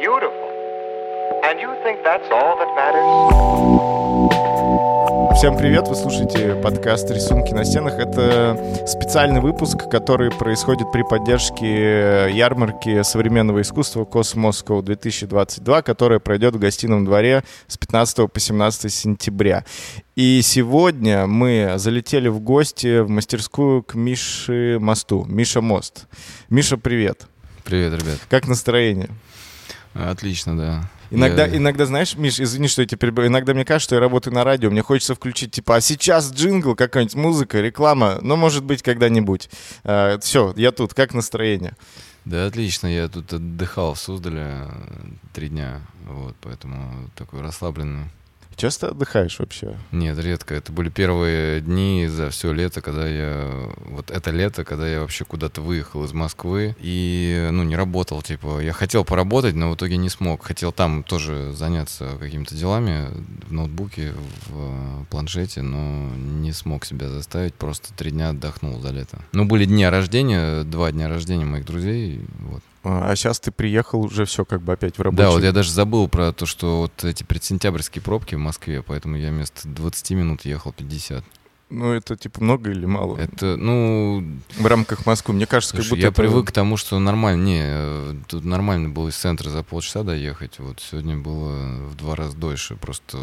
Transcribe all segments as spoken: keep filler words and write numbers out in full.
beautiful. And you think that's all that matters? Всем привет, вы слушаете подкаст «Рисунки на стенах». Это специальный выпуск, который происходит при поддержке ярмарки современного искусства Cosmosco две тысячи двадцать два, которая пройдет в Гостином дворе с пятнадцатого по семнадцатое сентября. И сегодня мы залетели в гости в мастерскую к Мише Мосту. Миша Мост. Миша, привет. Привет, ребят. Как настроение? Отлично, да. Иногда, я... иногда, знаешь, Миш, извини, что я теперь... Иногда мне кажется, что я работаю на радио, мне хочется включить, типа, а сейчас джингл, какая-нибудь музыка, реклама, ну, может быть, когда-нибудь. А, все, я тут, как настроение? Да, отлично, я тут отдыхал в Суздале три дня, вот, поэтому такой расслабленный. Часто отдыхаешь вообще? Нет, редко. Это были первые дни за все лето, когда я... Вот это лето, когда я вообще куда-то выехал из Москвы и, ну, не работал, типа. Я хотел поработать, но в итоге не смог. Хотел там тоже заняться какими-то делами в ноутбуке, в планшете, но не смог себя заставить. Просто три дня отдохнул за лето. Ну, были дни рождения, два дня рождения моих друзей, вот. А сейчас ты приехал уже все как бы опять в рабочий... Да, вот я даже забыл про то, что вот эти предсентябрьские пробки в Москве, поэтому я вместо двадцати минут ехал пятьдесят. Ну, это типа много или мало? Это, ну... В рамках Москвы, мне кажется, Слушай, как будто я это... привык к тому, что нормально. Не, тут нормально было из центра за полчаса доехать. Вот сегодня было в два раза дольше. Просто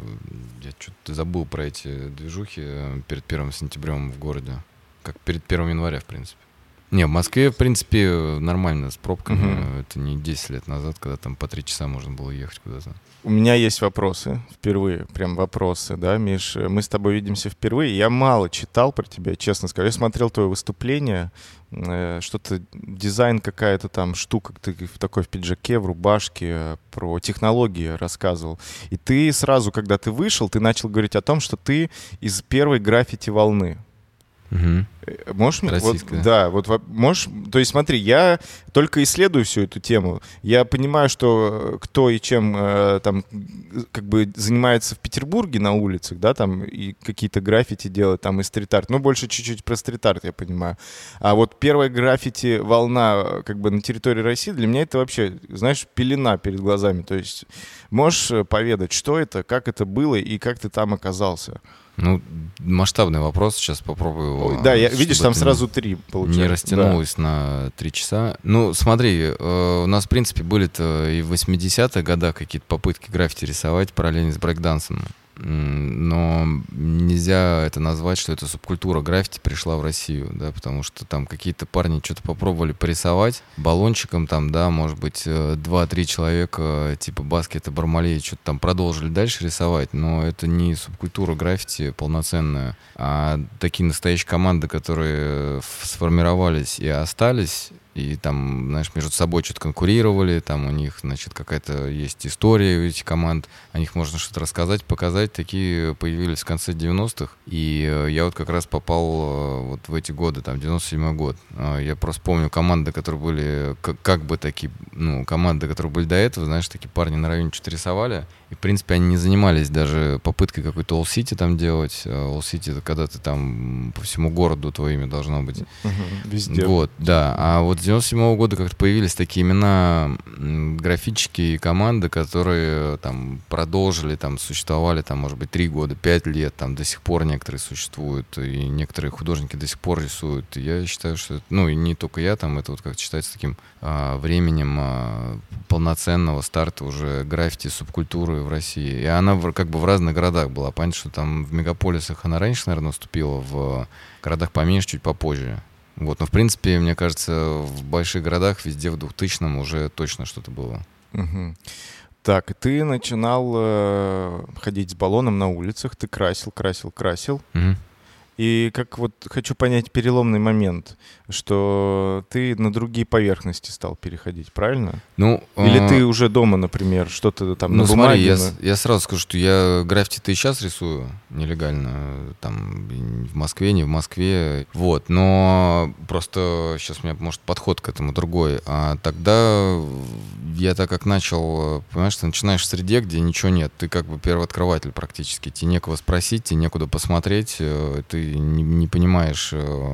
я что-то забыл про эти движухи перед первым сентябрем в городе. Как перед первым января, в принципе. Не, в Москве, в принципе, нормально с пробками. Uh-huh. Это не десять лет назад, когда там по три часа можно было ехать куда-то. У меня есть вопросы, впервые, прям вопросы, да, Миш? Мы с тобой видимся впервые. Я мало читал про тебя, честно скажу. Я смотрел твое выступление, э, что-то, дизайн какая-то там штука, ты в такой в пиджаке, в рубашке, про технологии рассказывал. И ты сразу, когда ты вышел, ты начал говорить о том, что ты из первой граффити-волны. Угу. Можешь, российская. Вот, да, вот можешь, то есть смотри, я только исследую всю эту тему, я понимаю, что кто и чем э, там как бы занимается в Петербурге на улицах, да, там и какие-то граффити делают, там и стрит-арт, ну больше чуть-чуть про стрит-арт я понимаю, а вот первая граффити волна как бы на территории России для меня это вообще, знаешь, пелена перед глазами, то есть можешь поведать, что это, как это было и как ты там оказался? Ну, масштабный вопрос, сейчас попробую его... Ой, да, я, видишь, там сразу три, получается. Не растянулось да. на три часа. Ну, смотри, э, у нас, в принципе, были-то и в восьмидесятых годах какие-то попытки граффити рисовать параллельно с брейкдансом. Но нельзя это назвать, что эта субкультура граффити пришла в Россию, да, потому что там какие-то парни что-то попробовали порисовать баллончиком, там, да, может быть, два-три человека, типа Баскета, Бармалей, что-то там продолжили дальше рисовать, но это не субкультура граффити полноценная, а такие настоящие команды, которые сформировались и остались, и там, знаешь, между собой что-то конкурировали, там у них, значит, какая-то есть история у этих команд, о них можно что-то рассказать, показать, такие появились в конце девяностых, и я вот как раз попал вот в эти годы, там, девяносто седьмой год. Я просто помню команды, которые были, как, как бы такие, ну, команды, которые были до этого, знаешь, такие парни на районе что-то рисовали, и, в принципе, они не занимались даже попыткой какой-то All City там делать. All City — это когда ты там по всему городу твое имя должно быть. Uh-huh, везде. Вот, да. А вот с девяносто седьмого года как-то появились такие имена графички и команды, которые там продолжили, там существовали, там, может быть, три года, пять лет, там до сих пор некоторые существуют, и некоторые художники до сих пор рисуют. И я считаю, что, ну, и не только я, там, это вот как считается таким а, временем а, полноценного старта уже граффити субкультуры в России. И она в, как бы в разных городах была. Понятно, что там в мегаполисах она раньше, наверное, наступила, в городах поменьше, чуть попозже. Вот, но в принципе, мне кажется, в больших городах везде в двухтысячном уже точно что-то было. Угу. Так, ты начинал э, ходить с баллоном на улицах, ты красил, красил, красил. Угу. И как вот хочу понять переломный момент, что ты на другие поверхности стал переходить, правильно? Ну, Или э- ты уже дома, например, что-то там ну, на смотри, бумаге? я, на... я сразу скажу, что я граффити-то и сейчас рисую нелегально, там, в Москве, не в Москве, вот, но просто сейчас у меня, может, подход к этому другой, а тогда я так как начал, понимаешь, ты начинаешь в среде, где ничего нет, ты как бы первооткрыватель практически, тебе некого спросить, тебе некуда посмотреть, ты ты не, не понимаешь,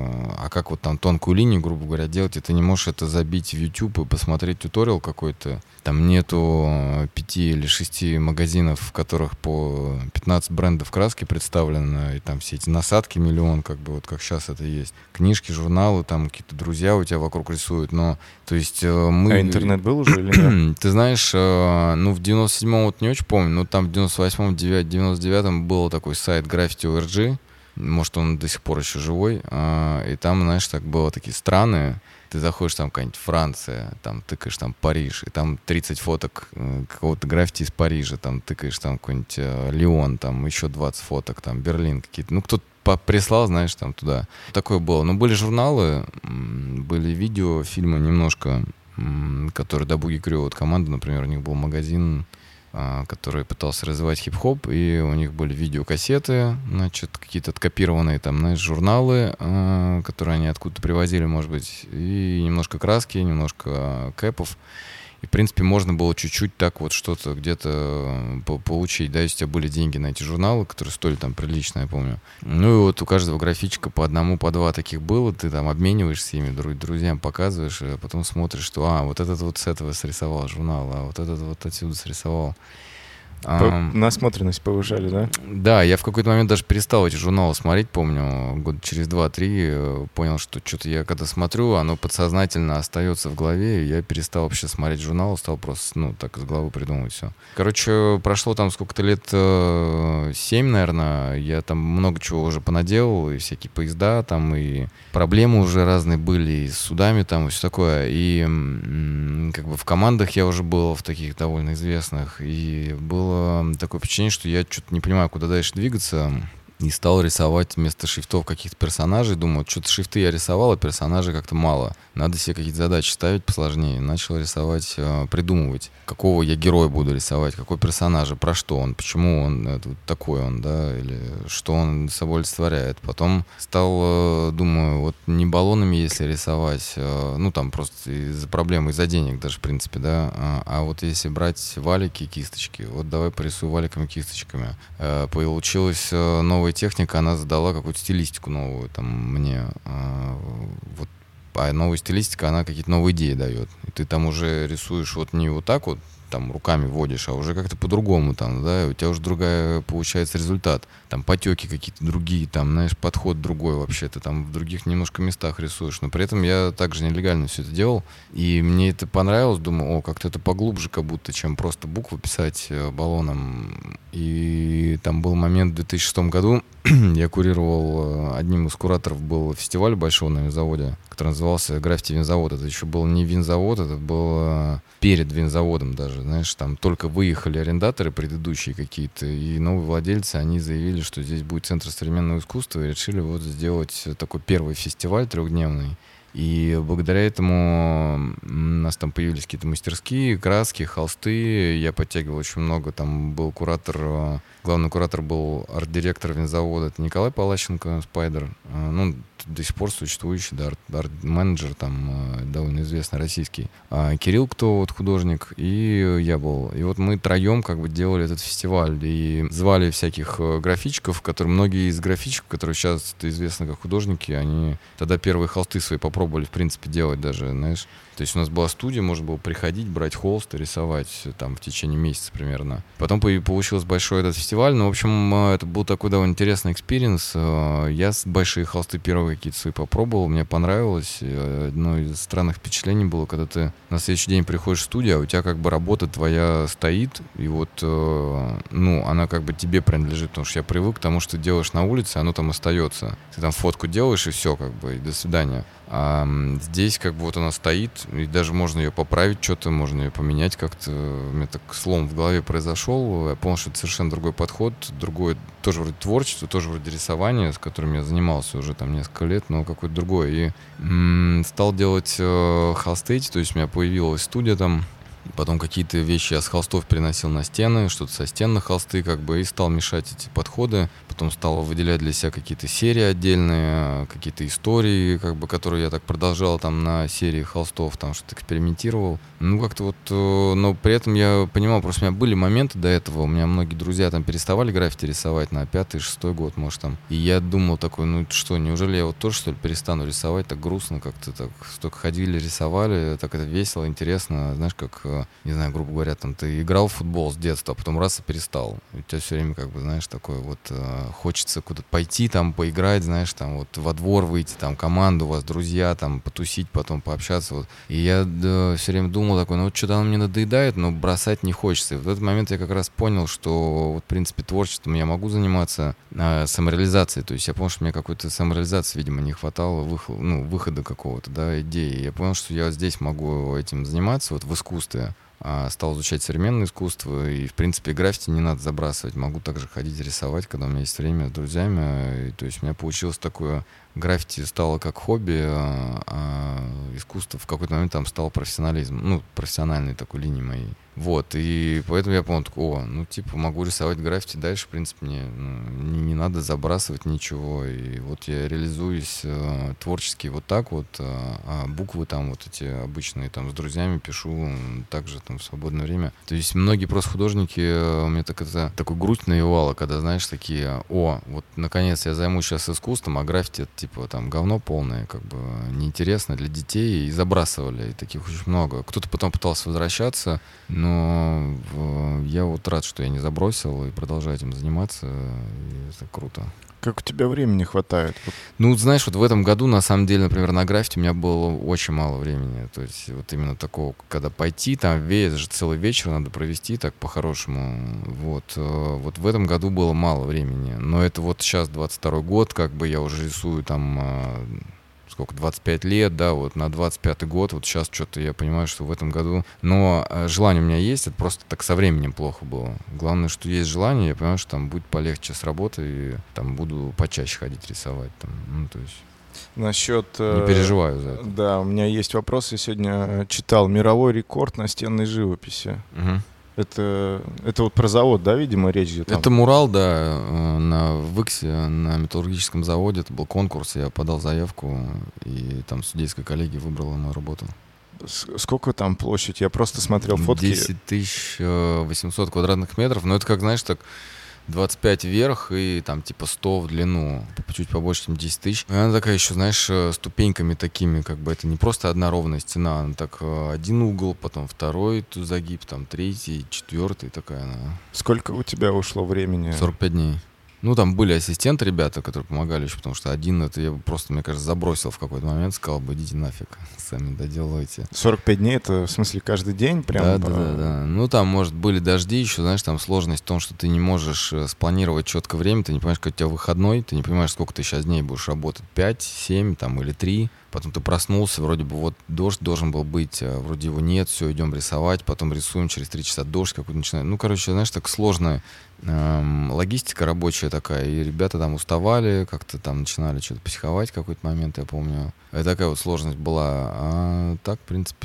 а как вот там тонкую линию, грубо говоря, делать, и ты не можешь это забить в YouTube и посмотреть туториал какой-то. Там нету пяти или шести магазинов, в которых по пятнадцать брендов краски представлены, и там все эти насадки миллион, как бы вот как сейчас это есть. Книжки, журналы, там какие-то друзья у тебя вокруг рисуют, но то есть мы... А интернет был уже или нет? Ты знаешь, ну в девяносто седьмом вот не очень помню, но там в девяносто восьмом, девяносто девятом был такой сайт Graffiti о эр джи, может он до сих пор еще живой, и там, знаешь, так было такие страны. Ты заходишь, там какая-нибудь Франция, там тыкаешь там Париж, и там тридцать фоток какого-то граффити из Парижа, там тыкаешь там какой-нибудь э, Лион, там еще двадцать фоток, там Берлин какие-то. Ну, кто-то прислал, знаешь, там туда. Такое было. Но были журналы, были видео, фильмы немножко, которые до Буги Крю, вот команда, например, у них был магазин, который пытался развивать хип-хоп, и у них были видеокассеты, значит, какие-то откопированные там, знаешь, журналы, которые они откуда-то привозили, может быть, и немножко краски, немножко кэпов. И, в принципе, можно было чуть-чуть так вот что-то где-то получить, да, если у тебя были деньги на эти журналы, которые стоили там прилично, я помню. Ну и вот у каждого графичка по одному, по два таких было, ты там обмениваешься ими, друзьям показываешь, а потом смотришь, что, а, вот этот вот с этого срисовал журнал, а вот этот вот отсюда срисовал. По- насмотренность повышали, да? Да, я в какой-то момент даже перестал эти журналы смотреть, помню, год через два-три понял, что что-то я когда смотрю, оно подсознательно остается в голове, и я перестал вообще смотреть журналы, стал просто, ну, так из головы придумывать все. Короче, прошло там сколько-то лет, семь, наверное, я там много чего уже понаделал, и всякие поезда там, и проблемы уже разные были, и с судами там, и все такое, и как бы в командах я уже был, в таких довольно известных, и было такое впечатление, что я что-то не понимаю, куда дальше двигаться, и стал рисовать вместо шрифтов каких-то персонажей. Думаю, что-то шрифты я рисовал, а персонажей как-то мало. Надо себе какие-то задачи ставить посложнее. Начал рисовать, придумывать, какого я героя буду рисовать, какой персонаж, про что он, почему он это, вот такой он, да, или что он собой олицетворяет. Потом стал, думаю, вот не баллонами, если рисовать, ну там просто из-за проблемы, из-за денег даже, в принципе, да, а, а вот если брать валики, кисточки, вот давай порисую валиками, кисточками. Получилась новая техника, она задала какую-то стилистику новую там мне, вот. А новая стилистика, она какие-то новые идеи дает. И ты там уже рисуешь вот не вот так вот, там руками вводишь, а уже как-то по-другому там, да, и у тебя уже другая получается результат. Там потеки какие-то другие, там, знаешь, подход другой вообще, ты там в других немножко местах рисуешь. Но при этом я также нелегально все это делал, и мне это понравилось, думаю, о, как-то это поглубже как будто, чем просто буквы писать баллоном. И там был момент в две тысячи шестом году, я курировал, одним из кураторов был фестиваль большой на винзаводе, который назывался «Граффити винзавод». Это еще был не винзавод, это было перед винзаводом даже, знаешь, там только выехали арендаторы предыдущие какие-то, и новые владельцы, они заявили, что здесь будет центр современного искусства, и решили вот сделать такой первый фестиваль трехдневный. И благодаря этому у нас там появились какие-то мастерские, краски, холсты. Я подтягивал очень много. Там был куратор, главный куратор был арт-директор винзавода. Это Николай Палащенко, Спайдер. Ну, до сих пор существующий, да, арт- арт-менеджер, там, довольно известный, российский. А Кирилл, кто вот художник, и я был. И вот мы троем как бы делали этот фестиваль. И звали всяких графичиков, которые, многие из графичиков, которые сейчас известны как художники, они тогда первые холсты свои попробовали, в принципе, делать даже, знаешь. То есть у нас была студия, можно было приходить, брать холст и рисовать там в течение месяца примерно. Потом получился большой этот фестиваль, но, в общем, это был такой довольно интересный экспириенс. Я большие холсты первые какие-то свои попробовал, мне понравилось. Одно из странных впечатлений было, когда ты на следующий день приходишь в студию, а у тебя как бы работа твоя стоит, и вот, ну, она как бы тебе принадлежит, потому что я привык к тому, что ты делаешь на улице, оно там остается. Ты там фотку делаешь, и все, как бы, и до свидания. А здесь как бы вот она стоит, и даже можно ее поправить, что-то можно ее поменять как-то. У меня так слом в голове произошел, я понял, что это совершенно другой подход, другое, тоже вроде творчество, тоже вроде рисование, с которым я занимался уже там несколько лет, но какое-то другое. И м- стал делать э, холсты, то есть у меня появилась студия там, Потом какие-то вещи я с холстов переносил на стены, что-то со стен на холсты, как бы, и стал мешать эти подходы. Потом стал выделять для себя какие-то серии отдельные, какие-то истории, как бы, которые я так продолжал там на серии холстов, там что-то экспериментировал. Ну, как-то вот, но при этом я понимал, просто у меня были моменты до этого, у меня многие друзья там переставали граффити рисовать на пятый, шестой год, может, там. И я думал такой, ну что, неужели я вот тоже, что ли, перестану рисовать? Так грустно как-то, так столько ходили, рисовали, так это весело, интересно, знаешь, как, не знаю, грубо говоря, там ты играл в футбол с детства, а потом раз и перестал. И у тебя все время, как бы, знаешь, такое вот хочется куда-то пойти, там, поиграть, знаешь, там, вот во двор выйти, там, команду, у вас друзья, там, потусить, потом пообщаться, вот. И я да, все время думал такой, ну вот что-то оно мне надоедает, но бросать не хочется. И в этот момент я как раз понял, что, вот, в принципе, творчеством я могу заниматься, а, самореализацией. То есть я понял, что мне какой-то самореализации, видимо, не хватало, выход, ну, выхода какого-то, да, идеи. Я понял, что я здесь могу этим заниматься, вот в искусстве. Стал изучать современное искусство, и, в принципе, граффити не надо забрасывать. Могу также ходить рисовать, когда у меня есть время с друзьями. И, то есть у меня получилось такое... Граффити стало как хобби, а, а искусство в какой-то момент там стало профессионализм, ну, профессиональной такой линией моей. Вот, и поэтому я понял, такой, о, ну, типа, могу рисовать граффити дальше, в принципе, мне ну, не, не надо забрасывать ничего, и вот я реализуюсь э, творчески вот так вот, э, а буквы там вот эти обычные, там, с друзьями пишу, также там в свободное время. То есть многие просто художники, э, у меня так это, такой грусть навевала, когда, знаешь, такие, о, вот, наконец я займусь сейчас искусством, а граффити — типа там говно полное, как бы неинтересно для детей, и забрасывали, и таких очень много. Кто-то потом пытался возвращаться, но в, я вот рад, что я не забросил и продолжаю этим заниматься, и это круто. Как у тебя времени хватает? Ну, знаешь, вот в этом году, на самом деле, например, на граффити у меня было очень мало времени. То есть вот именно такого, когда пойти, там весь же целый вечер надо провести так по-хорошему. Вот. Вот в этом году было мало времени. Но это вот сейчас двадцать второй год, как бы я уже рисую там... сколько, двадцать пять лет, да, вот на двадцать пятый год, вот сейчас что-то я понимаю, что в этом году, но желание у меня есть, это просто так со временем плохо было. Главное, что есть желание, я понимаю, что там будет полегче с работы, и там буду почаще ходить рисовать, там, ну, то есть... Насчет... Не переживаю за это. Да, у меня есть вопрос, я сегодня читал мировой рекорд настенной живописи. Угу. Это, это вот про завод, да, видимо, речь идет? Это мурал, да, на Выксе, на металлургическом заводе. Это был конкурс, я подал заявку, и там судейская коллегия выбрала мою работу. Сколько там площадь? Я просто смотрел фотки. десять тысяч восемьсот квадратных метров, но это как, знаешь, так... двадцать пять вверх и там типа сто в длину, чуть побольше, чем десять тысяч. И она такая еще, знаешь, ступеньками такими, как бы это не просто одна ровная стена, она так один угол, потом второй тут загиб, там третий, четвертый, такая она. Сколько у тебя ушло времени? сорок пять дней. Ну, там были ассистенты, ребята, которые помогали еще, потому что один это я просто, мне кажется, забросил в какой-то момент, сказал бы, идите нафиг, сами доделывайте. сорок пять дней, это в смысле каждый день? Прям да, по... да, да, да. Ну, там, может, были дожди еще, знаешь, там сложность в том, что ты не можешь спланировать четко время, ты не понимаешь, как у тебя выходной, ты не понимаешь, сколько ты сейчас дней будешь работать, пять, семь там или три. Потом ты проснулся, вроде бы вот дождь должен был быть, а вроде его нет, все, идем рисовать, потом рисуем, через три часа дождь какой-то начинает. Ну, короче, знаешь, так сложная эм, логистика рабочая такая, и ребята там уставали, как-то там начинали что-то психовать в какой-то момент, я помню. И такая вот сложность была. А так, в принципе,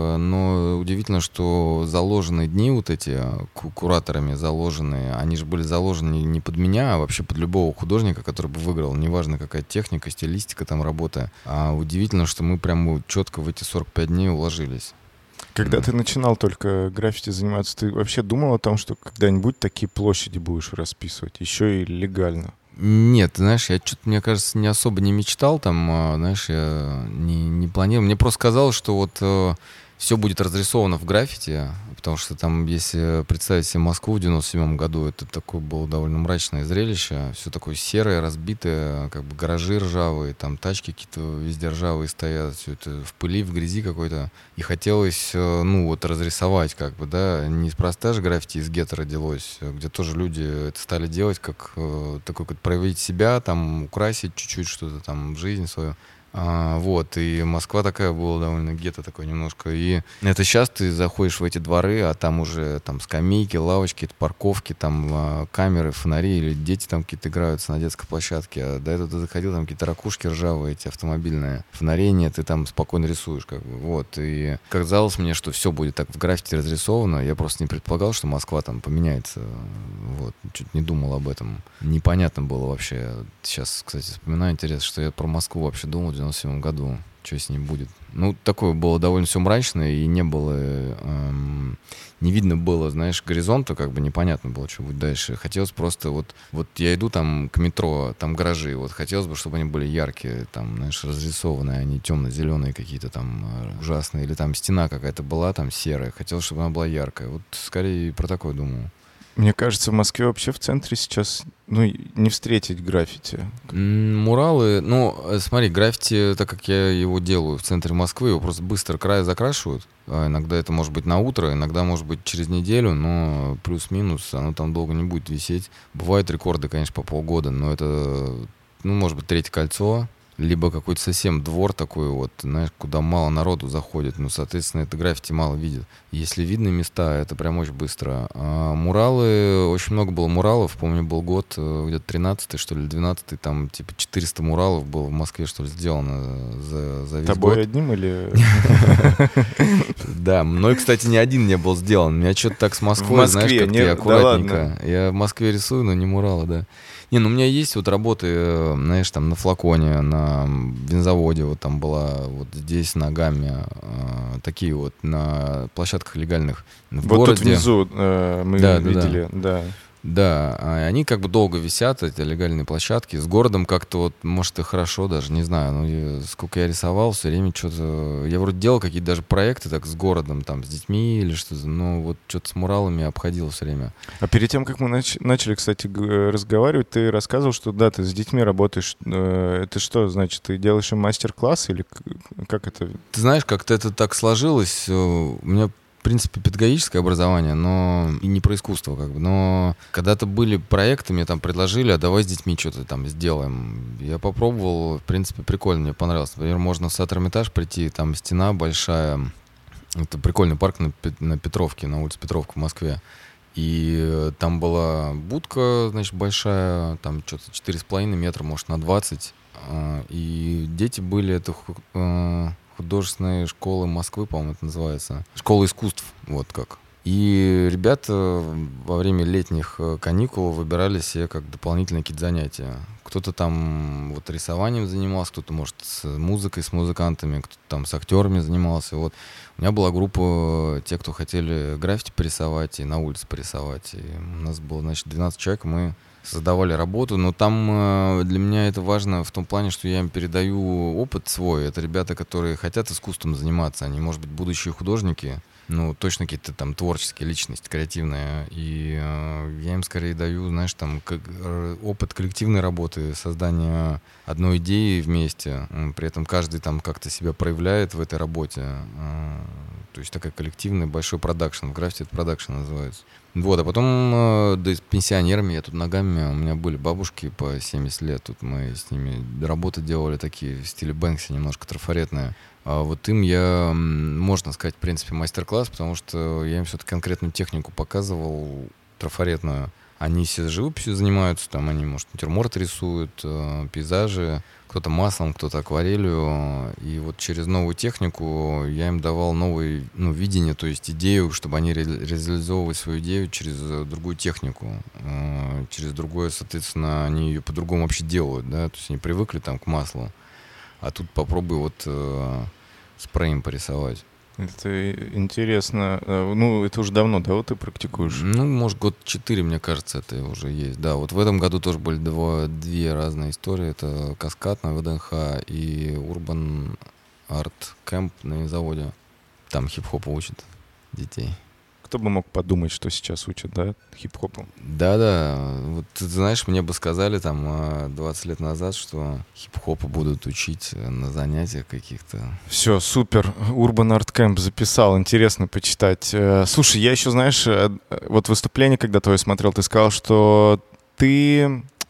но удивительно, что заложенные дни вот эти, кураторами заложенные, они же были заложены не под меня, а вообще под любого художника, который бы выиграл, неважно какая техника, стилистика там работа, а удивительно, что мы прям четко в эти сорок пять дней уложились. Когда mm. ты начинал только граффити заниматься, ты вообще думал о том, что когда-нибудь такие площади будешь расписывать, еще и легально? Нет, знаешь, я что-то, мне кажется, не особо не мечтал там, знаешь, я не, не планировал. Мне просто казалось, что вот э, все будет разрисовано в граффити, потому что там, если представить себе Москву в девяносто седьмом году, это такое было довольно мрачное зрелище, все такое серое, разбитое, как бы гаражи ржавые, там тачки какие-то везде ржавые стоят, все это в пыли, в грязи какой-то. И хотелось, ну, вот разрисовать, как бы, да, неспроста же граффити из гетто родилось, где тоже люди это стали делать, как такой, как проявить себя, там, украсить чуть-чуть что-то там, жизнь свою. А, вот, и Москва такая была довольно гетто такое немножко. И это сейчас ты заходишь в эти дворы, а там уже там скамейки, лавочки, парковки, там а, камеры, фонари, или дети там какие-то играются на детской площадке. А до этого ты заходил, там какие-то ракушки ржавые, эти автомобильные. Фонари нет, ты там спокойно рисуешь, как бы. Вот, и казалось мне, что все будет так в граффити разрисовано. Я просто не предполагал, что Москва там поменяется. Вот, чуть не думал об этом. Непонятно было вообще. Сейчас, кстати, вспоминаю, интересно, что я про Москву вообще думал в девяносто седьмом году, что с ней будет. Ну, такое было довольно все мрачное, и не было, эм, не видно было, знаешь, горизонта, как бы непонятно было, что будет дальше. Хотелось просто, вот, вот я иду там к метро, там гаражи, вот хотелось бы, чтобы они были яркие, там, знаешь, разрисованные, а не темно-зеленые какие-то там ужасные, или там стена какая-то была там серая, хотелось, чтобы она была яркая. Вот скорее про такое думал. Мне кажется, в Москве вообще в центре сейчас, ну, не встретить граффити. Муралы, ну, смотри, граффити, так как я его делаю в центре Москвы, его просто быстро край закрашивают. А иногда это может быть на утро, иногда может быть через неделю, но плюс-минус оно там долго не будет висеть. Бывают рекорды, конечно, по полгода, но это, ну, может быть, третье кольцо, либо какой-то совсем двор такой вот, знаешь, куда мало народу заходит, ну, соответственно, это граффити мало видят. Если видны места, это прям очень быстро. А муралы, очень много было муралов, помню, был год, где-то тринадцатый, что ли, двенадцатый, там, типа, четыреста муралов было в Москве, что ли, сделано за, за весь год. Тобой одним или... Да, мной, кстати, ни один не был сделан. У меня что-то так с Москвой, знаешь, как-то я аккуратненько. Я в Москве рисую, но не муралы, да. Не, ну у меня есть вот работы, знаешь, там на флаконе, на бензоводе, вот там была, вот здесь на Гамме, э, такие вот на площадках легальных в вот городе. Тут внизу э, мы да, видели, да. да. Да, они как бы долго висят, эти легальные площадки. С городом как-то вот, может, и хорошо даже, не знаю. Ну, я, сколько я рисовал, все время что-то... Я вроде делал какие-то даже проекты так с городом, там, с детьми или что-то, но вот что-то с муралами обходил все время. А перед тем, как мы нач- начали, кстати, г- разговаривать, ты рассказывал, что, да, ты с детьми работаешь. Это что, значит, ты делаешь им мастер-класс или как это? Ты знаешь, как-то это так сложилось. У меня... В принципе, педагогическое образование, но и не про искусство, как бы. Но когда-то были проекты, мне там предложили, а давай с детьми что-то там сделаем. Я попробовал, в принципе, прикольно, мне понравилось. Например, можно в Сад-Эрмитаж прийти, там стена большая. Это прикольный парк на, на Петровке, на улице Петровка в Москве. И там была будка, значит, большая, там что-то четыре с половиной метра, может, на двадцать. И дети были, это... художественной школы Москвы, по-моему, это называется. Школа искусств, вот как. И ребята во время летних каникул выбирали себе как дополнительные какие-то занятия. Кто-то там вот рисованием занимался, кто-то, может, с музыкой, с музыкантами, кто-то там с актерами занимался. Вот. У меня была группа, те, кто хотели граффити порисовать и на улице порисовать. И у нас было, значит, двенадцать человек, мы создавали работу, но там э, для меня это важно в том плане, что я им передаю опыт свой. Это ребята, которые хотят искусством заниматься, они, может быть, будущие художники, ну, точно какие-то там творческие личности, креативные. И э, я им скорее даю, знаешь, там как, э, опыт коллективной работы, создания одной идеи вместе. При этом каждый там как-то себя проявляет в этой работе. Э, то есть такая коллективная, большой продакшн. В граффити это продакшн называется. Вот, а потом, э, да, с пенсионерами, я тут ногами, у меня были бабушки по семьдесят лет, тут мы с ними работы делали такие в стиле Бэнкси, немножко трафаретные. А вот им я, можно сказать, в принципе, мастер-класс, потому что я им все-таки конкретную технику показывал, трафаретную. Они все живописью занимаются, там они, может, натюрморт рисуют, э, пейзажи, кто-то маслом, кто-то акварелью. И вот через новую технику я им давал новое, ну, видение, то есть идею, чтобы они ре- реализовывали свою идею через другую технику. Э, через другое, соответственно, они ее по-другому вообще делают, да, то есть они привыкли там к маслу. А тут попробуй вот э, спреем порисовать. Это интересно. Ну, это уже давно, да, вот ты практикуешь? Ну, может, год четыре, мне кажется, это уже есть. Да, вот в этом году тоже были два, две разные истории. Это Каскад на ВДНХ и Urban Art Camp на заводе. Там хип-хопу учат детей. Кто бы мог подумать, что сейчас учат, да, хип-хопу? Да-да, вот ты знаешь, мне бы сказали там двадцать лет назад, что хип-хопу будут учить на занятиях каких-то. Все, супер, Urban Art Camp записал, интересно почитать. Слушай, я еще, знаешь, вот выступление, когда твое смотрел, ты сказал, что ты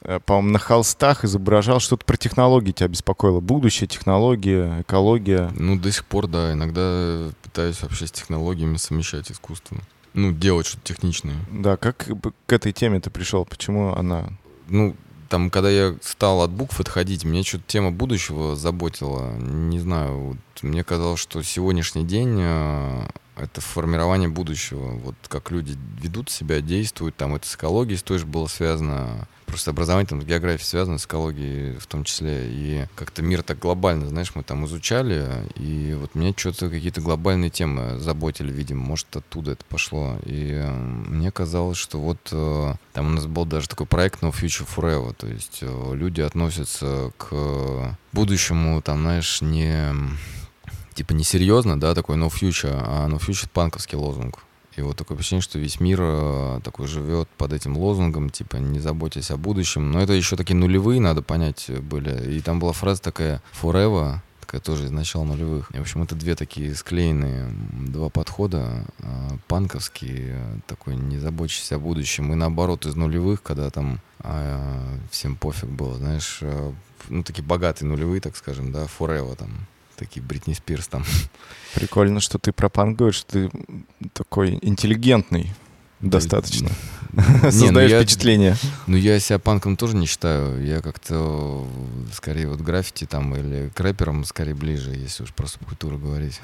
э, по-моему, на холстах изображал что-то про технологии, тебя беспокоило. Будущее, технология, экология. Ну, до сих пор, да. Иногда пытаюсь вообще с технологиями совмещать искусство. Ну, делать что-то техничное. Да, как к этой теме ты пришел? Почему она... Ну, там, когда я стал от букв отходить, меня что-то тема будущего заботила. Не знаю, вот мне казалось, что сегодняшний день э, это формирование будущего. Вот как люди ведут себя, действуют. Там это с экологией тоже было связано. Просто образование там с географией связано, с экологией в том числе. И как-то мир так глобально, знаешь, мы там изучали. И вот меня что-то какие-то глобальные темы заботили, видимо. Может, оттуда это пошло. И э, мне казалось, что вот э, там у нас был даже такой проект No Future Forever. То есть э, люди относятся к будущему, там, знаешь, не... Типа несерьезно, да, такой no future, а no future — панковский лозунг. И вот такое ощущение, что весь мир э, такой живет под этим лозунгом, типа не заботьтесь о будущем. Но это еще такие нулевые, надо понять, были. И там была фраза такая forever, такая тоже из начала нулевых. И, в общем, это две такие склеенные, два подхода. Э, панковский, э, такой не заботьтесь о будущем. И наоборот, из нулевых, когда там э, всем пофиг было, знаешь, э, ну такие богатые нулевые, так скажем, да, forever там. Такие Бритни Спирс там. Прикольно, что ты про панк говоришь, ты такой интеллигентный достаточно. Создаешь впечатление. Ну, я себя панком тоже не считаю. Я как-то скорее вот граффити там или к рэперам скорее ближе, если уж про субкультуру говорить.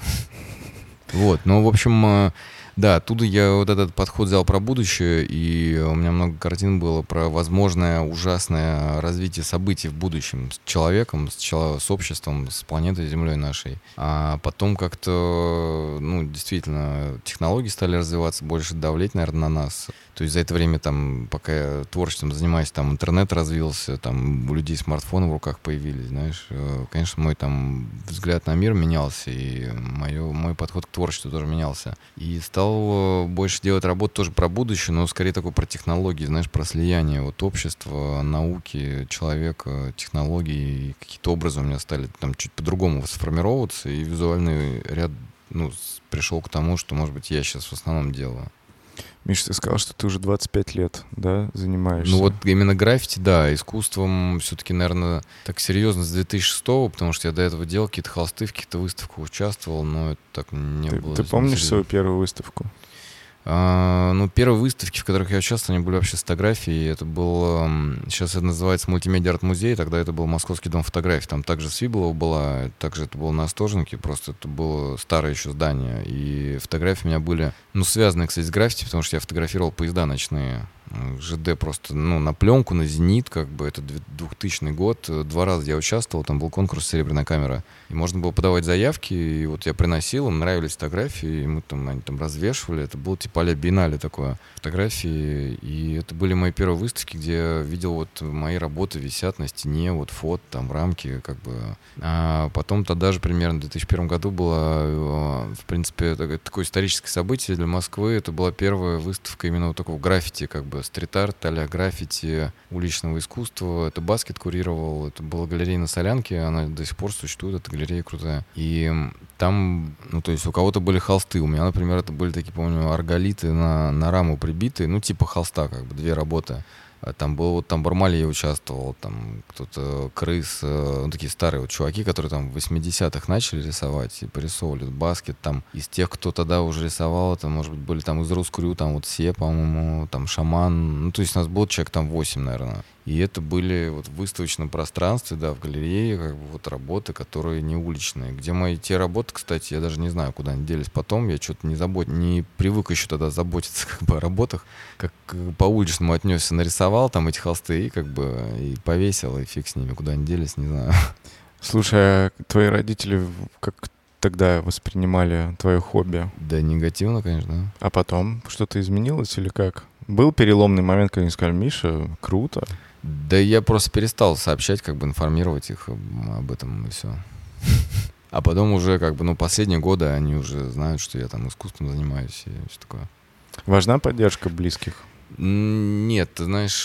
Вот, ну, в общем... Да, оттуда я вот этот подход взял про будущее, и у меня много картин было про возможное ужасное развитие событий в будущем с человеком, с, чело- с обществом, с планетой Землей нашей. А потом как-то, ну, действительно, технологии стали развиваться, больше давлеть, наверное, на нас. То есть за это время, там, пока я творчеством занимаюсь, там интернет развился, там у людей смартфоны в руках появились, знаешь. Конечно, мой там взгляд на мир менялся, и моё, мой подход к творчеству тоже менялся. И стал больше делать работу тоже про будущее, но скорее такой про технологии, знаешь, про слияние вот общества, науки, человека, технологий. И какие-то образы у меня стали там чуть по-другому сформироваться, и визуальный ряд, ну, пришел к тому, что, может быть, я сейчас в основном делаю. Миша, ты сказал, что ты уже двадцать пять лет, да, занимаешься? Ну вот именно граффити, да, искусством все-таки, наверное, так серьезно с две тысячи шестого, потому что я до этого делал какие-то холсты, в каких-то выставках участвовал, но это так не ты, было. Ты помнишь серьезно. Свою первую выставку? А, ну, первые выставки, в которых я участвовал, они были вообще с фотографией. Это был, сейчас это называется мультимедиа арт-музей, тогда это был Московский дом фотографий. Там также Свиблова была, также это было на Остоженке, просто это было старое еще здание. И фотографии у меня были, ну, связаны, кстати, с граффити, потому что я фотографировал поезда ночные. ЖД просто, ну, на пленку, на «Зенит», как бы, это двухтысячный год, два раза я участвовал, там был конкурс «Серебряная камера», и можно было подавать заявки, и вот я приносил, им нравились фотографии, и мы там, они там развешивали, это было типа а-ля биеннале такое, фотографии, и это были мои первые выставки, где я видел вот мои работы висят на стене, вот фото, там, в рамке, как бы, а потом тогда же примерно в две тысячи первом году было, в принципе, такое историческое событие для Москвы, это была первая выставка именно вот такого граффити, как бы, стрит-арт, а-ля граффити уличного искусства. Это Баскет курировал, это была галерея на Солянке, она до сих пор существует, эта галерея крутая. И там, ну, то есть у кого-то были холсты, у меня, например, это были такие, помню, арголиты на, на раму прибитые, ну, типа холста, как бы, две работы. Там был, вот там Бармалей участвовал, там кто-то Крыс, ну, такие старые вот чуваки, которые там в восьмидесятых начали рисовать и порисовывали Баскет. Там из тех, кто тогда уже рисовал, это, может быть, были там из Рускрю, там вот Се, по-моему, там Шаман. Ну, то есть у нас был человек там восемь, наверное. И это были вот в выставочном пространстве, да, в галерее, как бы вот работы, которые не уличные. Где мои те работы, кстати, я даже не знаю, куда они делись потом. Я что-то не забот... не привык еще тогда заботиться как бы о работах. Как по уличному отнесся, нарисовал там эти холсты и как бы и повесил, и фиг с ними, куда они делись, не знаю. Слушай, а твои родители как тогда воспринимали твое хобби? Да, негативно, конечно. А потом что-то изменилось или как? Был переломный момент, когда они сказали: Миша, круто. Да я просто перестал сообщать, как бы информировать их об этом, и все. А потом уже, как бы, ну, последние годы они уже знают, что я там искусством занимаюсь и все такое. Важна поддержка близких? Нет, ты знаешь,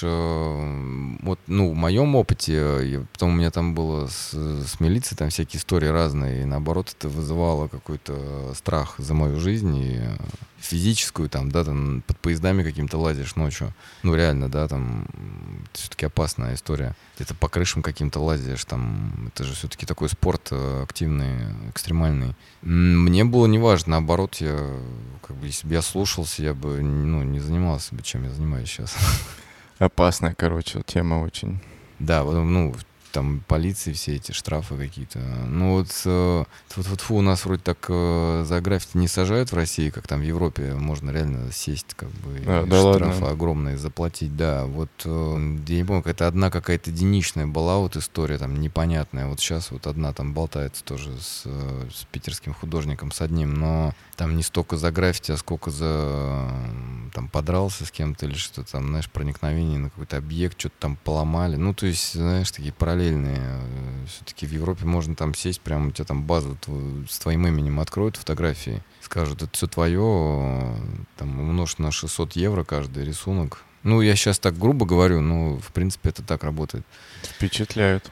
вот, ну, в моем опыте, я, потом у меня там было с, с милицией там всякие истории разные, и наоборот это вызывало какой-то страх за мою жизнь, и физическую, там, да, там, под поездами каким-то лазишь ночью, ну, реально, да, там, это все-таки опасная история, где-то по крышам каким-то лазишь, там, это же все-таки такой спорт активный, экстремальный. Мне было неважно, наоборот, я, как бы, если бы я слушался, я бы, ну, не занимался бы, чем я занимаюсь сейчас. Опасная, короче, тема очень. Да, ну, там полиции все эти штрафы какие-то. Ну вот, э, вот, вот фу, у нас вроде так э, за граффити не сажают в России, как там в Европе. Можно реально сесть, как бы, а, и да штрафы ладно. огромные заплатить. Да, вот э, я не помню, какая-то одна какая-то единичная была вот история там непонятная. Вот сейчас вот одна там болтается тоже с, с питерским художником, с одним, но там не столько за граффити, а сколько за там подрался с кем-то или что-то там, знаешь, проникновение на какой-то объект, что-то там поломали. Ну, то есть, знаешь, такие параллельные. Все-таки в Европе можно там сесть, прям у тебя там базу твою, с твоим именем откроют фотографии, скажут, это все твое, там умножь на шестьсот евро каждый рисунок. Ну, я сейчас так грубо говорю, но в принципе это так работает. Впечатляют.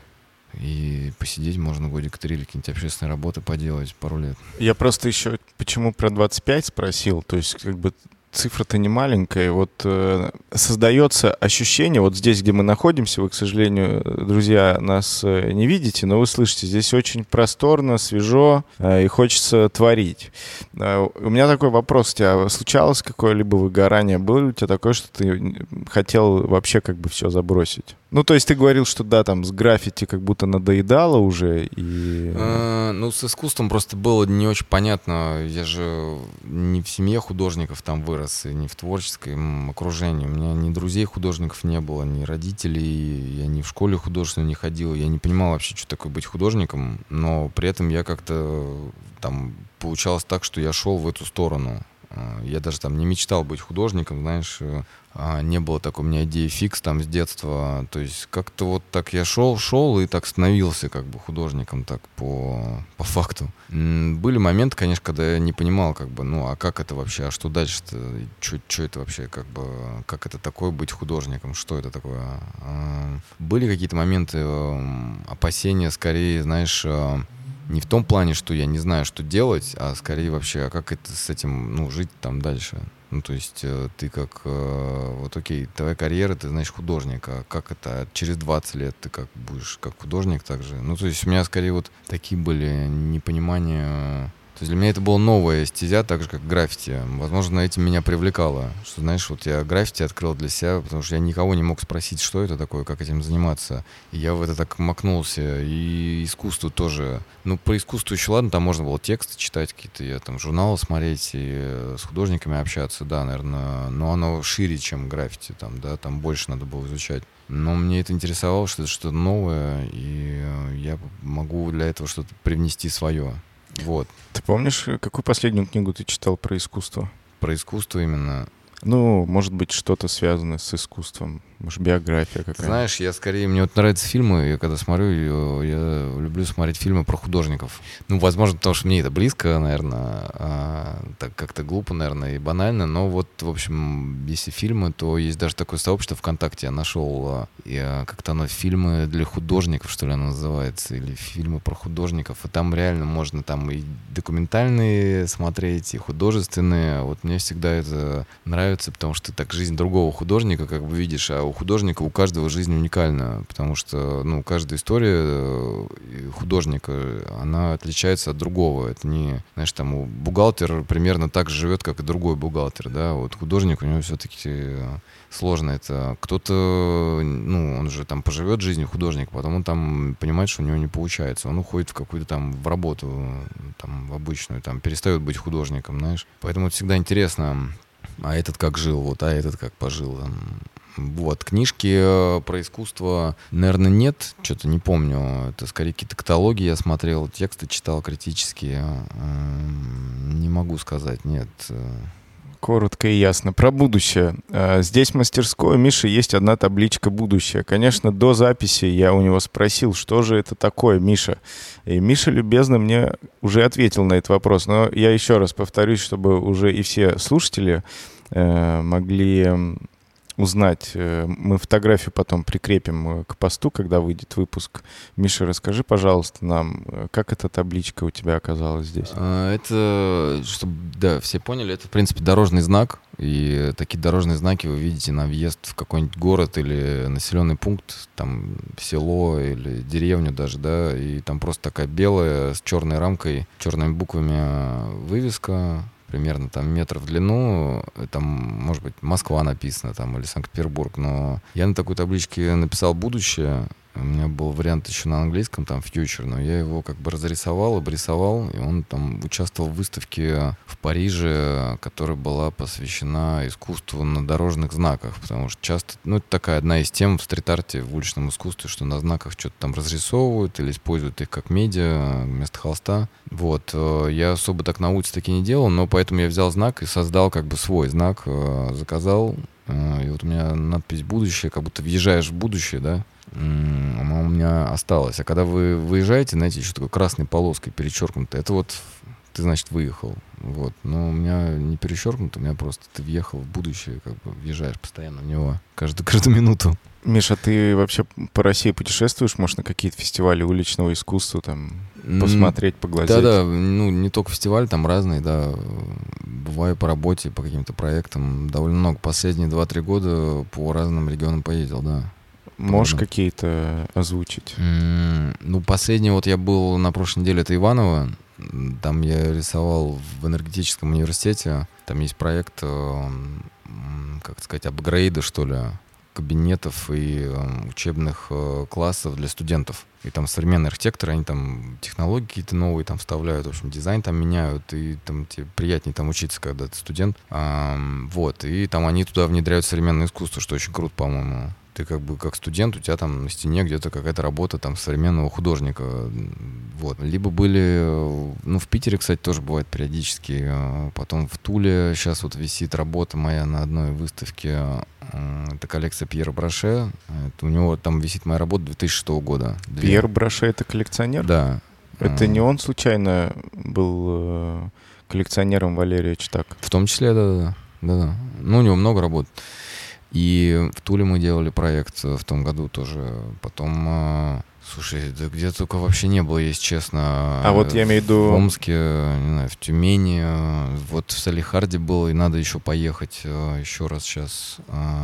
И посидеть можно годик три или какие-нибудь общественные работы поделать пару лет. Я просто еще почему про двадцать пять спросил, то есть как бы цифра-то не маленькая, вот э, создается ощущение, вот здесь, где мы находимся, вы, к сожалению, друзья, нас э, не видите, но вы слышите, здесь очень просторно, свежо э, и хочется творить. Э, у меня такой вопрос, у тебя случалось какое-либо выгорание? Было ли у тебя такое, что ты хотел вообще как бы все забросить? Ну, то есть ты говорил, что да, там с граффити как будто надоедало уже и... А, ну, с искусством просто было не очень понятно. Я же не в семье художников там вырос, и не в творческом окружении. У меня ни друзей художников не было, ни родителей. Я ни в школе художественной не ходил. Я не понимал вообще, что такое быть художником. Но при этом я как-то там... Получалось так, что я шел в эту сторону. Я даже там не мечтал быть художником, знаешь, не было такой у меня идеи фикс там с детства, то есть как-то вот так я шел, шел и так становился как бы художником так по, по факту. Были моменты, конечно, когда я не понимал как бы, ну а как это вообще, а что дальше-то, что это вообще как бы, как это такое быть художником, что это такое. Были какие-то моменты опасения, скорее, знаешь, не в том плане, что я не знаю, что делать, а скорее вообще, а как это с этим, ну, жить там дальше. Ну, то есть ты как, вот окей, твоя карьера, ты знаешь художника, как это, через двадцать лет ты как будешь, как художник также. Ну, то есть у меня скорее вот такие были непонимания. То есть для меня это была новая стезя, так же, как граффити. Возможно, этим меня привлекало. Что, знаешь, вот я граффити открыл для себя, потому что я никого не мог спросить, что это такое, как этим заниматься. И я в это так макнулся. И искусство тоже. Ну, про искусство еще ладно, там можно было тексты читать какие-то, я там журналы смотреть и с художниками общаться, да, наверное. Но оно шире, чем граффити, там, да, там больше надо было изучать. Но мне это интересовало, что это что-то новое, и я могу для этого что-то привнести свое. Вот. Ты помнишь, какую последнюю книгу ты читал про искусство? Про искусство именно? Ну, может быть, что-то связанное с искусством. Может, биография какая-то. Знаешь, я скорее, мне вот нравятся фильмы, я когда смотрю, я люблю смотреть фильмы про художников. Ну, возможно, потому что мне это близко, наверное, а, так как-то глупо, наверное, и банально, но вот, в общем, если фильмы, то есть даже такое сообщество ВКонтакте, я нашел, я, как-то оно фильмы для художников, что ли, оно называется, или фильмы про художников, и там реально можно там и документальные смотреть, и художественные. Вот мне всегда это нравится, потому что ты так жизнь другого художника как бы видишь, а у художника, у каждого жизнь уникальна, потому что, ну, каждая история художника, она отличается от другого. Это не, знаешь, там, бухгалтер примерно так же живет, как и другой бухгалтер, да, вот художник, у него все-таки сложно это. Кто-то, ну, он же там поживет жизнью художника, потом он там понимает, что у него не получается, он уходит в какую-то там, в работу, там, в обычную, там, перестает быть художником, знаешь. Поэтому это всегда интересно, а этот как жил, вот, а этот как пожил, там. Вот, книжки про искусство, наверное, нет, что-то не помню. Это скорее какие-то каталоги я смотрел, тексты читал критические. Не могу сказать, нет. Коротко и ясно. Про будущее. Здесь в мастерской Миши есть одна табличка «Будущее». Конечно, до записи я у него спросил, что же это такое, Миша. И Миша любезно мне уже ответил на этот вопрос. Но я еще раз повторюсь, чтобы уже и все слушатели могли узнать. э, Мы фотографию потом прикрепим э, к посту, когда выйдет выпуск. Миша, расскажи, пожалуйста, нам, э, как эта табличка у тебя оказалась здесь? А, Это, чтобы, да, все поняли, это, в принципе, дорожный знак. И такие дорожные знаки вы видите на въезд в какой-нибудь город или населенный пункт, там, село или деревню даже, да, и там просто такая белая с черной рамкой, черными буквами вывеска, примерно там метр в длину, там, может быть, Москва написано там или Санкт-Петербург, но я на такой табличке написал «Будущее». У меня был вариант еще на английском, там, future, но я его как бы разрисовал, обрисовал, и он там участвовал в выставке в Париже, которая была посвящена искусству на дорожных знаках, потому что часто, ну, это такая одна из тем в стрит-арте, в уличном искусстве, что на знаках что-то там разрисовывают или используют их как медиа вместо холста. Вот, я особо так на улице таки не делал, но поэтому я взял знак и создал как бы свой знак, заказал, и вот у меня надпись «Будущее», как будто въезжаешь в будущее, да, она у меня осталась. А когда вы выезжаете, знаете, еще такой красной полоской перечеркнуто, это вот ты, значит, выехал. Вот. Но у меня не перечеркнуто, у меня просто ты въехал в будущее, как бы въезжаешь постоянно в него, каждую, каждую минуту. Миша, ты вообще по России путешествуешь, может, на какие-то фестивали уличного искусства, там, посмотреть, поглазеть? Да-да, ну, не только фестивали, там разные, да. Бываю по работе, по каким-то проектам. Довольно много. Последние два-три года по разным регионам поездил, да. Можешь Правда. какие-то озвучить? Mm, ну, последний вот я был на прошлой неделе, это Иваново. Там я рисовал в энергетическом университете. Там есть проект, э, как сказать, апгрейда, что ли, кабинетов и э, учебных э, классов для студентов. И там современные архитекторы, они там технологии какие-то новые там вставляют, в общем, дизайн там меняют, и там тебе приятнее там учиться, когда ты студент. А, вот, и там они туда внедряют современное искусство, что очень круто, по-моему. Ты как бы как студент, у тебя там на стене где-то какая-то работа там современного художника. Вот. Либо были, ну, в Питере, кстати, тоже бывает периодически. Потом в Туле сейчас вот висит работа моя на одной выставке. Это коллекция Пьера Браше. Это у него там висит моя работа две тысячи шестого года. Две. Пьер Браше — это коллекционер? Да. Это не он случайно был коллекционером Валерия Чтак? В том числе, да-да. Да-да. Ну, у него много работ. И в Туле мы делали проект в том году тоже. Потом, слушай, да где только вообще не было, если честно. А вот я имею в виду... В Омске, не знаю, в Тюмени, вот в Салихарде было, и надо еще поехать еще раз сейчас.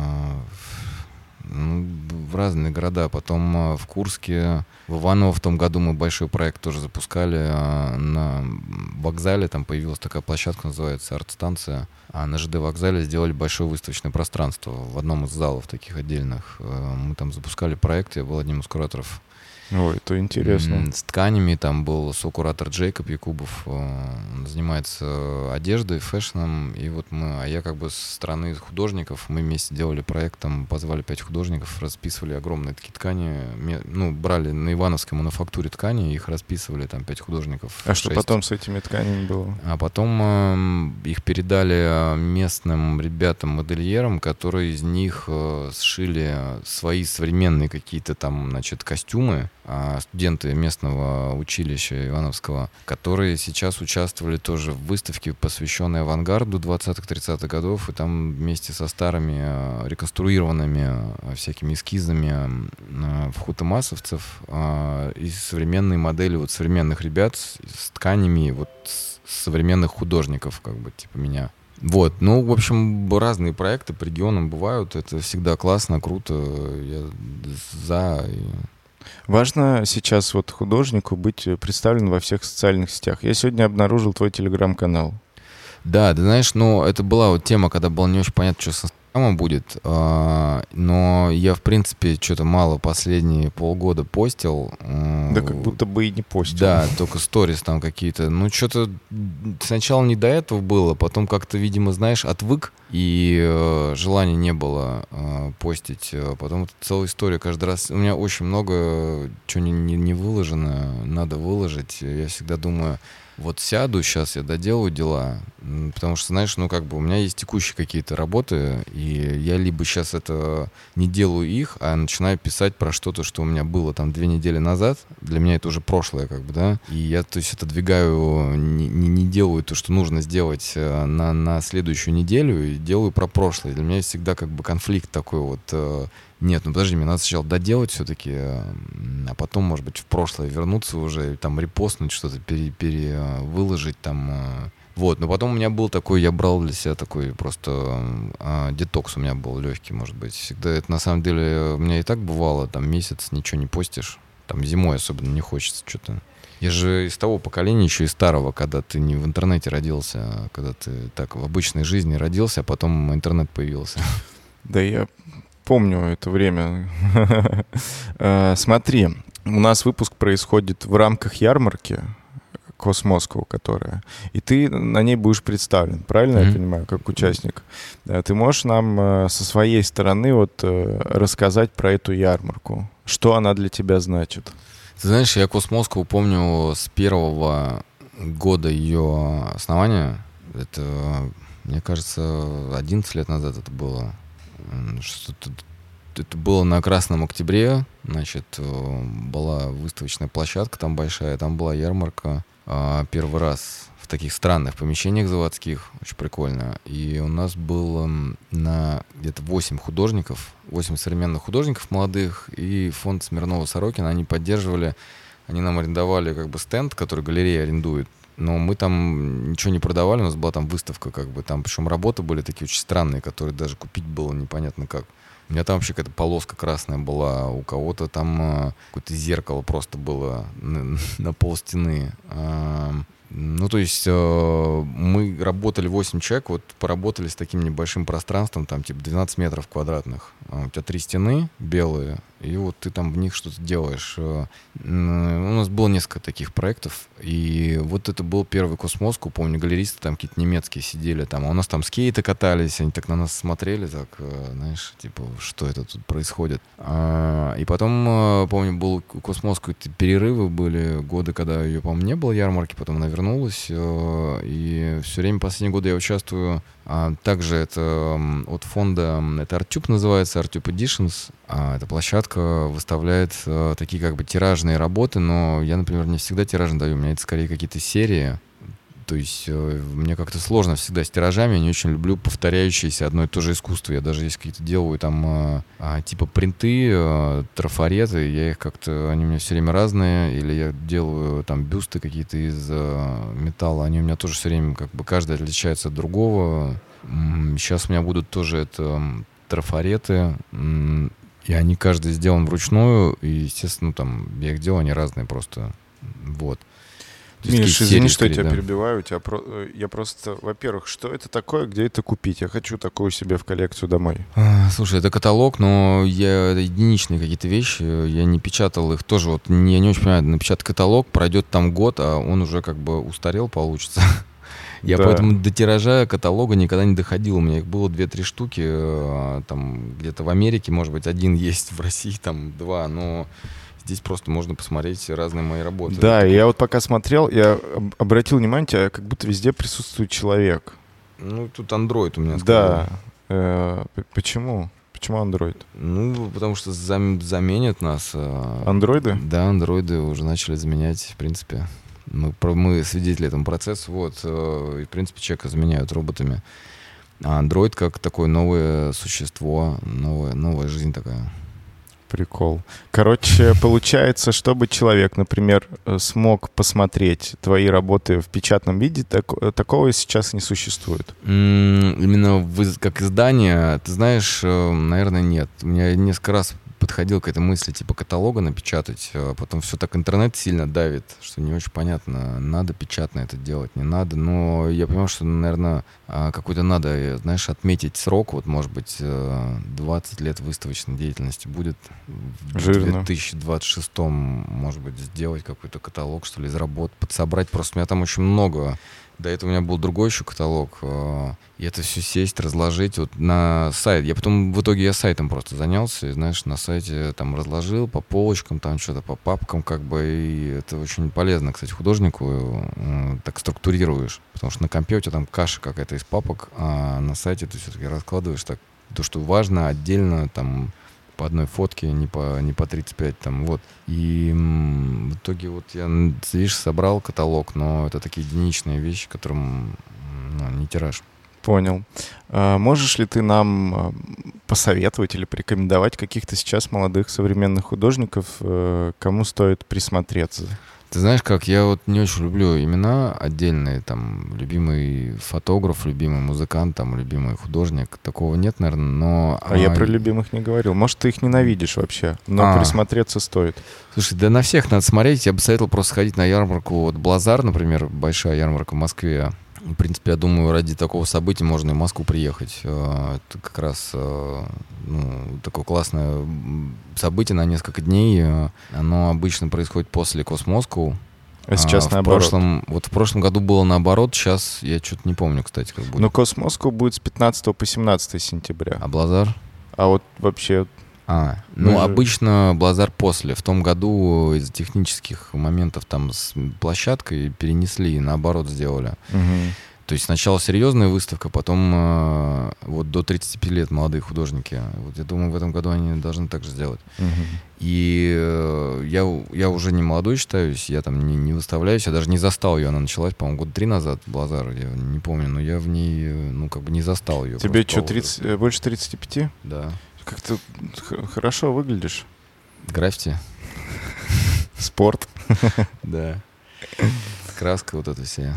Ну, в разные города. Потом в Курске, в Иваново в том году мы большой проект тоже запускали. На вокзале там появилась такая площадка, называется «Арт-станция». А на ЖД вокзале сделали большое выставочное пространство в одном из залов таких отдельных. Мы там запускали проект, я был одним из кураторов. Ой, это интересно. С тканями там был сокуратор Джейкоб Якубов. Он занимается одеждой, фэшном. И вот мы, а я как бы со стороны художников, мы вместе делали проект, там позвали пять художников, расписывали огромные такие ткани. Ну, брали на Ивановской мануфактуре ткани, их расписывали, там пять художников. А что потом с этими тканями было? А потом э, их передали местным ребятам-модельерам, которые из них э, сшили свои современные какие-то там, значит, костюмы. Студенты местного училища Ивановского, которые сейчас участвовали тоже в выставке, посвященной авангарду двадцатых-тридцатых годов, и там вместе со старыми реконструированными всякими эскизами вхутомасовцев и современные модели вот современных ребят с тканями вот современных художников, как бы типа меня. Вот, ну, в общем, разные проекты по регионам бывают, это всегда классно, круто, я за... Важно сейчас вот художнику быть представлен во всех социальных сетях. Я сегодня обнаружил твой телеграм-канал. Да, ты знаешь, ну, это была вот тема, когда было не очень понятно, что с Инстаграмом будет, а, но я, в принципе, что-то мало последние полгода постил. Да как будто бы и не постил. Да, только сторис там какие-то. Ну, что-то сначала не до этого было, потом как-то, видимо, знаешь, отвык, и э, желания не было э, постить. Потом это целая история каждый раз. У меня очень много чего не, не, не выложено, надо выложить. Я всегда думаю... Вот сяду, сейчас я доделаю дела, потому что, знаешь, ну как бы у меня есть текущие какие-то работы, и я либо сейчас это не делаю их, а начинаю писать про что-то, что у меня было там две недели назад. Для меня это уже прошлое, как бы, да. И я, то есть, отодвигаю не, не, делаю то, что нужно сделать на, на следующую неделю, и делаю про прошлое. Для меня есть всегда как бы конфликт такой вот. Нет, ну подожди, мне надо сначала доделать все-таки, а потом, может быть, в прошлое вернуться уже, там, репостнуть что-то, пере, перевыложить там. Вот, но потом у меня был такой, я брал для себя такой просто а, детокс у меня был легкий, может быть. Всегда это на самом деле у меня и так бывало, там месяц ничего не постишь, там зимой особенно не хочется что-то. Я же из того поколения, еще и старого, когда ты не в интернете родился, а когда ты так в обычной жизни родился, а потом интернет появился. Да, я помню это время. Смотри, у нас выпуск происходит в рамках ярмарки Космоскоу, которая, и ты на ней будешь представлен, правильно mm-hmm. я понимаю, как участник? Да, ты можешь нам со своей стороны вот рассказать про эту ярмарку? Что она для тебя значит? Ты знаешь, я Космоскоу помню с первого года ее основания. Это, мне кажется, одиннадцать лет назад это было. Что-то, это было на Красном Октябре. Значит, была выставочная площадка там большая, там была ярмарка. Первый раз в таких странных помещениях заводских, очень прикольно. И у нас было на где-то восемь художников, восемь современных художников молодых, и фонд Смирнова-Сорокина, они поддерживали, они нам арендовали как бы стенд, который галерея арендует. Но мы там ничего не продавали, у нас была там выставка, как бы там, причем работы были такие очень странные, которые даже купить было непонятно как. У меня там вообще какая-то полоска красная была, у кого-то там э, какое-то зеркало просто было на, на полстены. Э, ну, то есть э, мы работали восемь человек, вот поработали с таким небольшим пространством, там типа двенадцать метров квадратных. Э, у тебя три стены белые, и вот ты там в них что-то делаешь. Э, э, у нас было несколько таких проектов, и вот это был первый Космоскоу, помню, галеристы там какие-то немецкие сидели там, а у нас там скейты катались, они так на нас смотрели, так, э, знаешь, типа, что это тут происходит. А, и потом, э, помню, был Космоскоу, перерывы были, годы, когда ее, по-моему, не было ярмарки, потом она вернулась, э, и все время, последние годы я участвую. А, также это от фонда, это ArtTube называется, ArtTube Editions. А, эта площадка выставляет а, такие как бы тиражные работы, но я, например, не всегда тиражно даю, у меня это скорее какие-то серии. То есть э, мне как-то сложно всегда с тиражами, я не очень люблю повторяющееся одно и то же искусство. Я даже если какие-то делаю там э, э, типа принты, э, трафареты, я их как-то, они у меня все время разные, или я делаю там бюсты какие-то из э, металла, они у меня тоже все время как бы каждый отличается от другого. Сейчас у меня будут тоже это трафареты, и они каждый сделан вручную, и, естественно, там я их делаю, они разные просто, вот. Миш, извини, что я тебя да. перебиваю. У тебя про... Я просто, во-первых, что это такое, где это купить? Я хочу такую себе в коллекцию домой. А, слушай, это каталог, но я... это единичные какие-то вещи. Я не печатал их тоже. Вот, я не очень понимаю, напечатать каталог, пройдет там год, а он уже как бы устарел, получится. Я да. поэтому до тиража каталога никогда не доходил. У меня их было две-три штуки. Там где-то в Америке, может быть, один есть, в России там два, но... Здесь просто можно посмотреть разные мои работы. Да, я вот пока смотрел, я обратил внимание, у тебя как будто везде присутствует человек. Ну, тут Android у меня. Да. Э, почему? Почему Android? Ну, потому что зам- заменят нас. Андроиды? Да, андроиды уже начали заменять, в принципе. Мы, мы свидетели этому процессу, вот. И, в принципе, человека заменяют роботами. А Android как такое новое существо, новая, новая жизнь такая. Прикол. Короче, получается, чтобы человек, например, смог посмотреть твои работы в печатном виде, так, такого сейчас не существует. Mm, именно в, как издание, ты знаешь, наверное, нет. У меня несколько раз подходил к этой мысли, типа каталога напечатать, а потом все так интернет сильно давит, что не очень понятно, надо печатно это делать, не надо. Но я понимаю, что, наверное, какой-то надо, знаешь, отметить срок, вот, может быть, двадцать лет выставочной деятельности будет. Жирно. В две тысячи двадцать шестом, может быть, сделать какой-то каталог, что ли, из работ, подсобрать. Просто у меня там очень много. До этого у меня был другой еще каталог. И это все сесть, разложить вот на сайт. Я потом, в итоге я сайтом просто занялся. И, знаешь, на сайте там разложил по полочкам, там что-то по папкам как бы. И это очень полезно, кстати, художнику. Так структурируешь. Потому что на компе у тебя там каша какая-то из папок, а на сайте ты все-таки раскладываешь так. То, что важно, отдельно там по одной фотке, не по, не по тридцать пять там, вот. И м, в итоге вот я, видишь, собрал каталог, но это такие единичные вещи, которым, ну, не тираж. Понял. А можешь ли ты нам а, посоветовать или порекомендовать каких-то сейчас молодых современных художников, э, кому стоит присмотреться? Ты знаешь, как я вот не очень люблю имена отдельные, там, любимый фотограф, любимый музыкант, там, любимый художник, такого нет, наверное, но... А, а я про любимых не говорил. Может, ты их ненавидишь вообще, но а. присмотреться стоит. Слушай, да на всех надо смотреть, я бы советовал просто сходить на ярмарку, вот Блазар, например, большая ярмарка в Москве. В принципе, я думаю, ради такого события можно и в Москву приехать. Это как раз, ну, такое классное событие на несколько дней. Оно обычно происходит после Космоскоу. А сейчас а наоборот. В прошлом, вот в прошлом году было наоборот, сейчас я что-то не помню, кстати, как будет. Но Космоскоу будет с пятнадцатого по семнадцатое сентября. А Блазар? А вот вообще... А, ну, же... обычно Блазар после. В том году из-за технических моментов там с площадкой перенесли и наоборот сделали. Угу. То есть сначала серьезная выставка, потом э, вот до тридцати пяти лет молодые художники. Вот я думаю, в этом году они должны так же сделать. Угу. И э, я, я уже не молодой считаюсь, я там не, не выставляюсь, я даже не застал ее. Она началась, по-моему, года три назад, Блазар, я не помню, но я в ней, ну, как бы не застал ее. Тебе что, тридцать, больше тридцати пяти? Да. Как ты х- хорошо выглядишь. Граффити. Спорт. Да. Краска вот эта вся.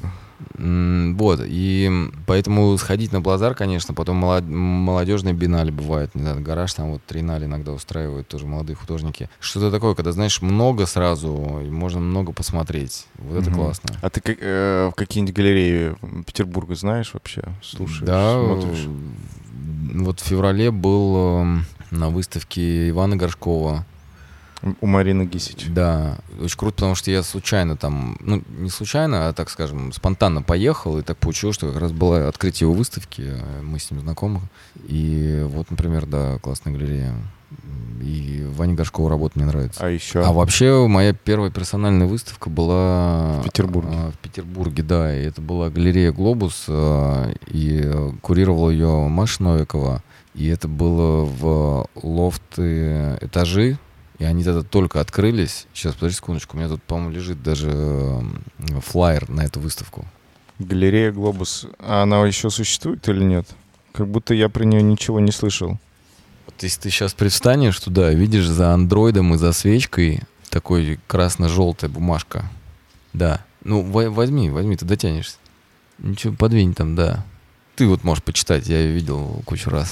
Вот, и поэтому сходить на Блазар, конечно, потом молодежные биеннале бывает, не знаю, гараж там вот триеннале иногда устраивают тоже молодые художники. Что-то такое, когда, знаешь, много сразу, и можно много посмотреть. Вот это Мгм. классно. А ты как- э, в какие-нибудь галереи Петербурга знаешь вообще? Слушаешь, Да, смотришь? вот в феврале был э, на выставке Ивана Горшкова. У Марины Гисич. Да, очень круто, потому что я случайно там, ну, не случайно, а, так скажем, спонтанно поехал, и так получилось, что как раз было открытие его выставки, мы с ним знакомы. И вот, например, да, классная галерея. И Ване Горшкову работа мне нравится. А еще? А вообще, моя первая персональная выставка была... В Петербурге. а, В Петербурге, да. И это была галерея «Глобус», а, и курировала ее Маша Новикова. И это было в лофты «Этажи». И они тогда только открылись. Сейчас, подожди секундочку, у меня тут, по-моему, лежит даже э, флаер на эту выставку. Галерея «Глобус». А она еще существует или нет? Как будто я про нее ничего не слышал. Вот если ты сейчас привстанешь туда, видишь за андроидом и за свечкой такой красно-желтая бумажка. Да. Ну, в- возьми, возьми, ты дотянешься. Ничего, подвинь там, да. Ты вот можешь почитать, я ее видел кучу раз.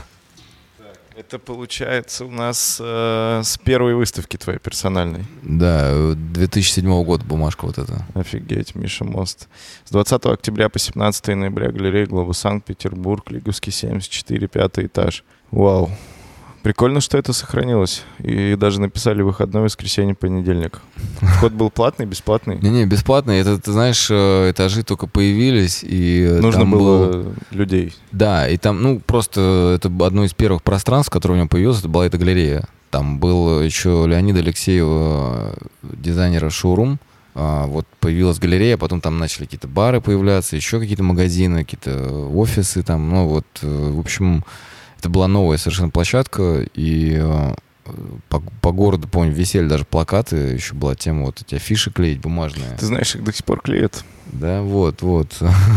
Это получается у нас э, с первой выставки твоей персональной. Да, две тысячи седьмого года бумажка вот эта. Офигеть, Миша Мост. С двадцатого октября по семнадцатое ноября галерея «Глобус», Санкт-Петербург, Лиговский, семьдесят четыре, пятый этаж. Вау. Прикольно, что это сохранилось. И даже написали выходной, воскресенье, понедельник. Вход был платный, бесплатный? Не-не, бесплатно. Это, ты знаешь, э, этажи только появились, и Нужно там было был... людей. Да, и там, ну, просто это одно из первых пространств, которое у него появилось, это была эта галерея. Там был еще Леонид Алексеева, дизайнера «Шоурум». А, вот появилась галерея, потом там начали какие-то бары появляться, еще какие-то магазины, какие-то офисы там. Ну, вот, в общем, это была новая совершенно площадка, и по, по городу, помню, висели даже плакаты, еще была тема вот эти афиши клеить бумажные. Ты знаешь, их до сих пор клеят. Да, вот, вот.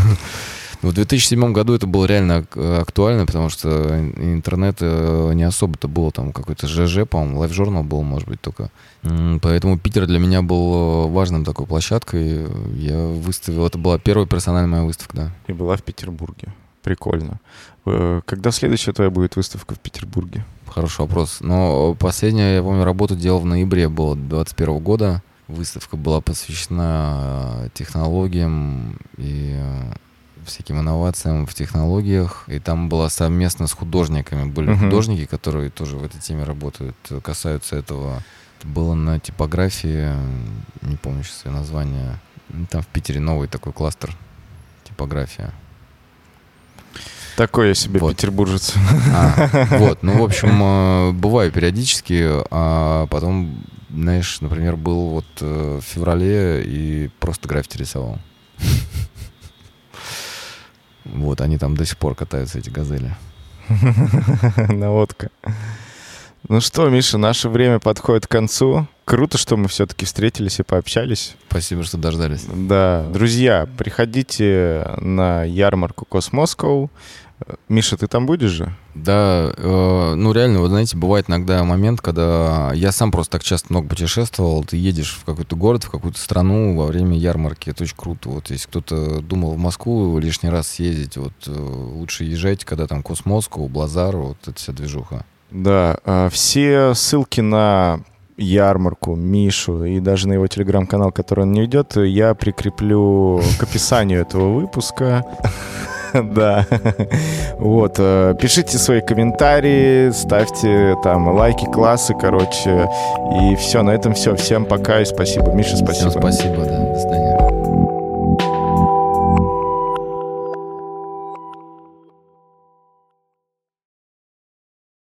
В две тысячи седьмом году это было реально актуально, потому что интернета не особо-то было, там какой-то ЖЖ, по-моему, Life Journal был, может быть, только. Поэтому Питер для меня был важным такой площадкой. Я выставил, это была первая персональная моя выставка, да. И была в Петербурге. Прикольно. Когда следующая твоя будет выставка в Петербурге? Хороший вопрос. Но последняя, я помню, работу делал в ноябре, было двадцать первого года. Выставка была посвящена технологиям и всяким инновациям в технологиях. И там была совместно с художниками. Были uh-huh. художники, которые тоже в этой теме работают, касаются этого. Это было на типографии, не помню сейчас ее название. Там в Питере новый такой кластер типография. Такой я себе вот. Петербуржец. А, вот, ну, в общем, бываю периодически, а потом, знаешь, например, был вот в феврале и просто граффити рисовал. Вот, они там до сих пор катаются, эти газели. Наводка. Ну что, Миша, наше время подходит к концу. Круто, что мы все-таки встретились и пообщались. Спасибо, что дождались. Да. Друзья, приходите на ярмарку Космоскоу. Миша, ты там будешь же? Да, э, ну реально, вот знаете, бывает иногда момент, когда я сам просто так часто много путешествовал, ты едешь в какой-то город, в какую-то страну во время ярмарки, это очень круто. Вот если кто-то думал в Москву лишний раз съездить, вот э, лучше езжайте, когда там Космоскоу, Блазар, вот эта вся движуха. Да, э, все ссылки на ярмарку, Мишу и даже на его телеграм-канал, который он не ведет, я прикреплю к описанию этого выпуска. Да. Вот. Пишите свои комментарии, ставьте там лайки, классы, короче. И все, на этом все. Всем пока и спасибо. Миша, спасибо. Всем спасибо, да. До свидания.